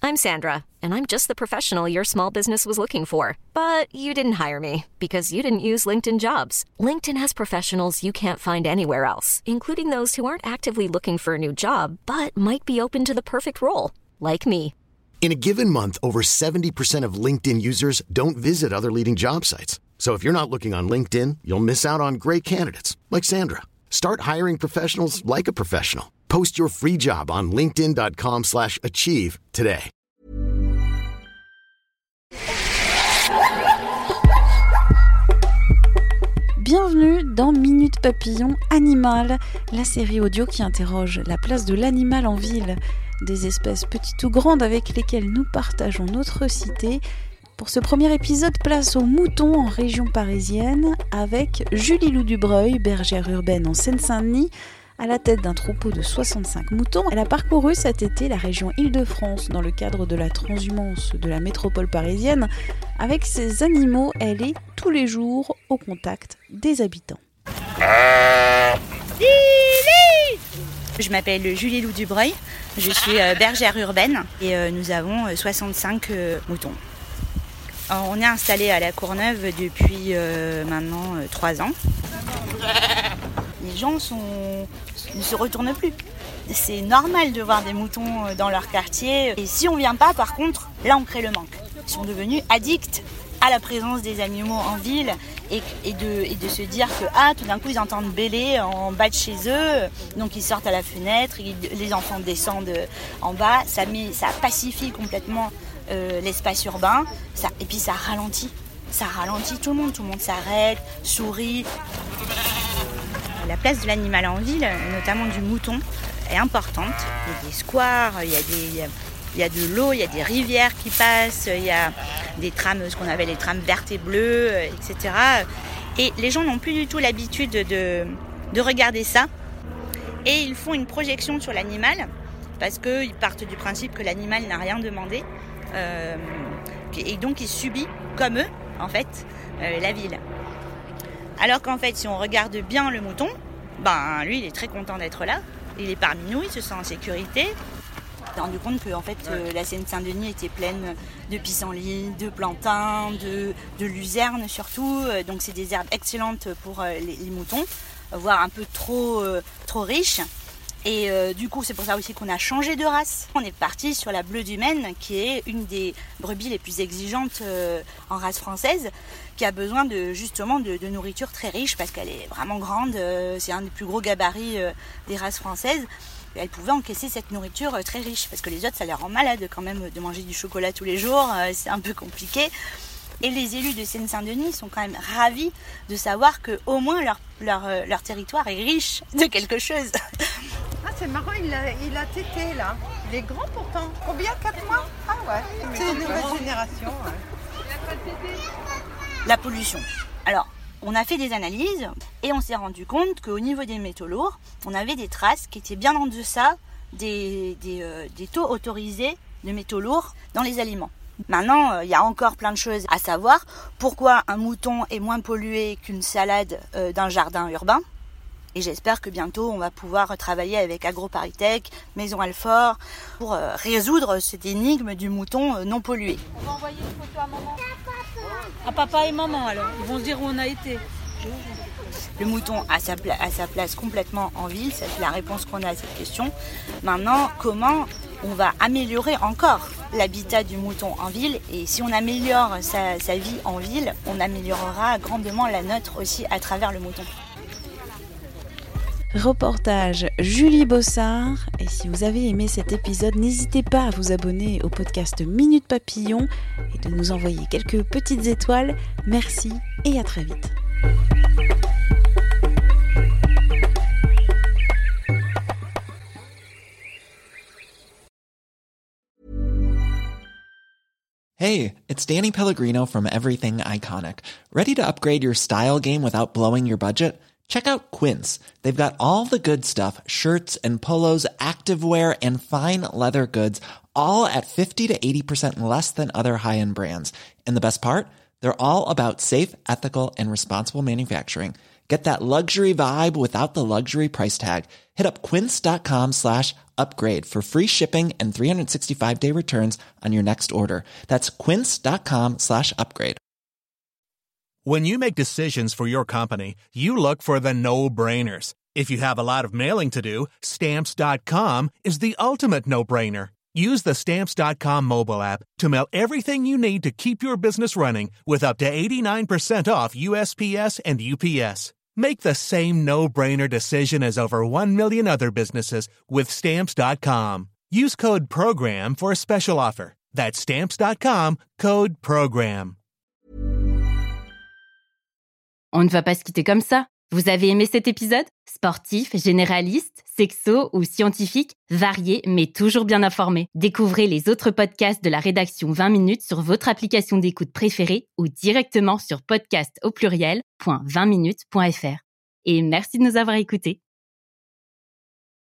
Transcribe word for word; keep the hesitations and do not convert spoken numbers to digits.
I'm Sandra, and I'm just the professional your small business was looking for. But you didn't hire me because you didn't use LinkedIn Jobs. LinkedIn has professionals you can't find anywhere else, including those who aren't actively looking for a new job, but might be open to the perfect role, like me. In a given month, over seventy percent of LinkedIn users don't visit other leading job sites. So if you're not looking on LinkedIn, you'll miss out on great candidates like Sandra. Start hiring professionals like a professional. Post your free job on linkedin.com slash achieve today. Bienvenue dans Minute Papillon Animal, la série audio qui interroge la place de l'animal en ville, des espèces petites ou grandes avec lesquelles nous partageons notre cité. Pour ce premier épisode, place aux moutons en région parisienne avec Julie Lou Dubreuil, bergère urbaine en Seine-Saint-Denis. À la tête d'un troupeau de soixante-cinq moutons, elle a parcouru cet été la région Île-de-France dans le cadre de la transhumance de la métropole parisienne. Avec ces animaux, elle est tous les jours au contact des habitants. Je m'appelle Julie Lou Dubreuil, je suis bergère urbaine et nous avons soixante-cinq moutons. On est installé à la Courneuve depuis euh, maintenant euh, trois ans. Les gens sont... ne se retournent plus. C'est normal de voir des moutons dans leur quartier. Et si on ne vient pas, par contre, là on crée le manque. Ils sont devenus addicts à la présence des animaux en ville et, et, de, et de se dire que ah, tout d'un coup ils entendent bêler en bas de chez eux. Donc ils sortent à la fenêtre, ils, les enfants descendent en bas. Ça, met, ça pacifie complètement Euh, l'espace urbain, ça, et puis ça ralentit, ça ralentit tout le monde, tout le monde s'arrête, sourit. La place de l'animal en ville, notamment du mouton, est importante. Il y a des squares, il y a, des, il y a, il y a de l'eau, il y a des rivières qui passent, il y a des trams, ce qu'on appelle les trams vertes et bleues, et cetera. Et les gens n'ont plus du tout l'habitude de, de regarder ça. Et ils font une projection sur l'animal, parce qu'ils partent du principe que l'animal n'a rien demandé. Euh, et donc il subit comme eux en fait euh, la ville, alors qu'en fait si on regarde bien le mouton, ben lui il est très content d'être là, il est parmi nous, il se sent en sécurité. On s'est rendu compte que en fait euh, la Seine-Saint-Denis était pleine de pissenlits, de plantains, de, de luzernes surtout, euh, donc c'est des herbes excellentes pour euh, les, les moutons, voire un peu trop, euh, trop riches. Et euh, du coup, c'est pour ça aussi qu'on a changé de race. On est parti sur la Bleu du Maine, qui est une des brebis les plus exigeantes euh, en race française, qui a besoin de justement de, de nourriture très riche parce qu'elle est vraiment grande. Euh, c'est un des plus gros gabarits euh, des races françaises. Et elle pouvait encaisser cette nourriture euh, très riche parce que les autres, ça les rend malades quand même de manger du chocolat tous les jours. Euh, c'est un peu compliqué. Et les élus de Seine-Saint-Denis sont quand même ravis de savoir qu'au moins leur, leur, leur territoire est riche de quelque chose. Ah, c'est marrant, il a, il a tété là. Il est grand pourtant. Combien? quatre mois? Ah ouais, c'est une nouvelle génération. Ouais. La pollution. Alors, on a fait des analyses et on s'est rendu compte qu'au niveau des métaux lourds, on avait des traces qui étaient bien en deçà des, des, euh, des taux autorisés de métaux lourds dans les aliments. Maintenant, il euh, y a encore plein de choses à savoir. Pourquoi un mouton est moins pollué qu'une salade euh, d'un jardin urbain? Et j'espère que bientôt, on va pouvoir travailler avec AgroParisTech, Maison Alfort, pour euh, résoudre cette énigme du mouton euh, non pollué. On va envoyer une photo à maman. À papa et maman alors, ils vont se dire où on a été. Le mouton a sa, pla- a sa place complètement en ville, c'est la réponse qu'on a à cette question. Maintenant, comment on va améliorer encore l'habitat du mouton en ville? Et si on améliore sa, sa vie en ville, on améliorera grandement la nôtre aussi à travers le mouton. Reportage Julie Bossard. Et si vous avez aimé cet épisode, n'hésitez pas à vous abonner au podcast Minute Papillon et de nous envoyer quelques petites étoiles. Merci et à très vite. Hey, it's Danny Pellegrino from Everything Iconic. Ready to upgrade your style game without blowing your budget? Check out Quince. They've got all the good stuff, shirts and polos, activewear, and fine leather goods, all at fifty to eighty percent less than other high-end brands. And the best part? They're all about safe, ethical, and responsible manufacturing. Get that luxury vibe without the luxury price tag. Hit up quince.com slash upgrade for free shipping and three sixty-five day returns on your next order. That's quince.com slash upgrade. When you make decisions for your company, you look for the no-brainers. If you have a lot of mailing to do, Stamps dot com is the ultimate no-brainer. Use the Stamps dot com mobile app to mail everything you need to keep your business running with up to eighty-nine percent off U S P S and U P S. Make the same no-brainer decision as over one million other businesses with Stamps dot com. Use code PROGRAM for a special offer. That's Stamps dot com, code PROGRAM. On ne va pas se quitter comme ça. Vous avez aimé cet épisode ? Sportif, généraliste, sexo ou scientifique, varié mais toujours bien informé. Découvrez les autres podcasts de la rédaction vingt minutes sur votre application d'écoute préférée ou directement sur podcast au pluriel point vingt minutes point f r. Et merci de nous avoir écoutés.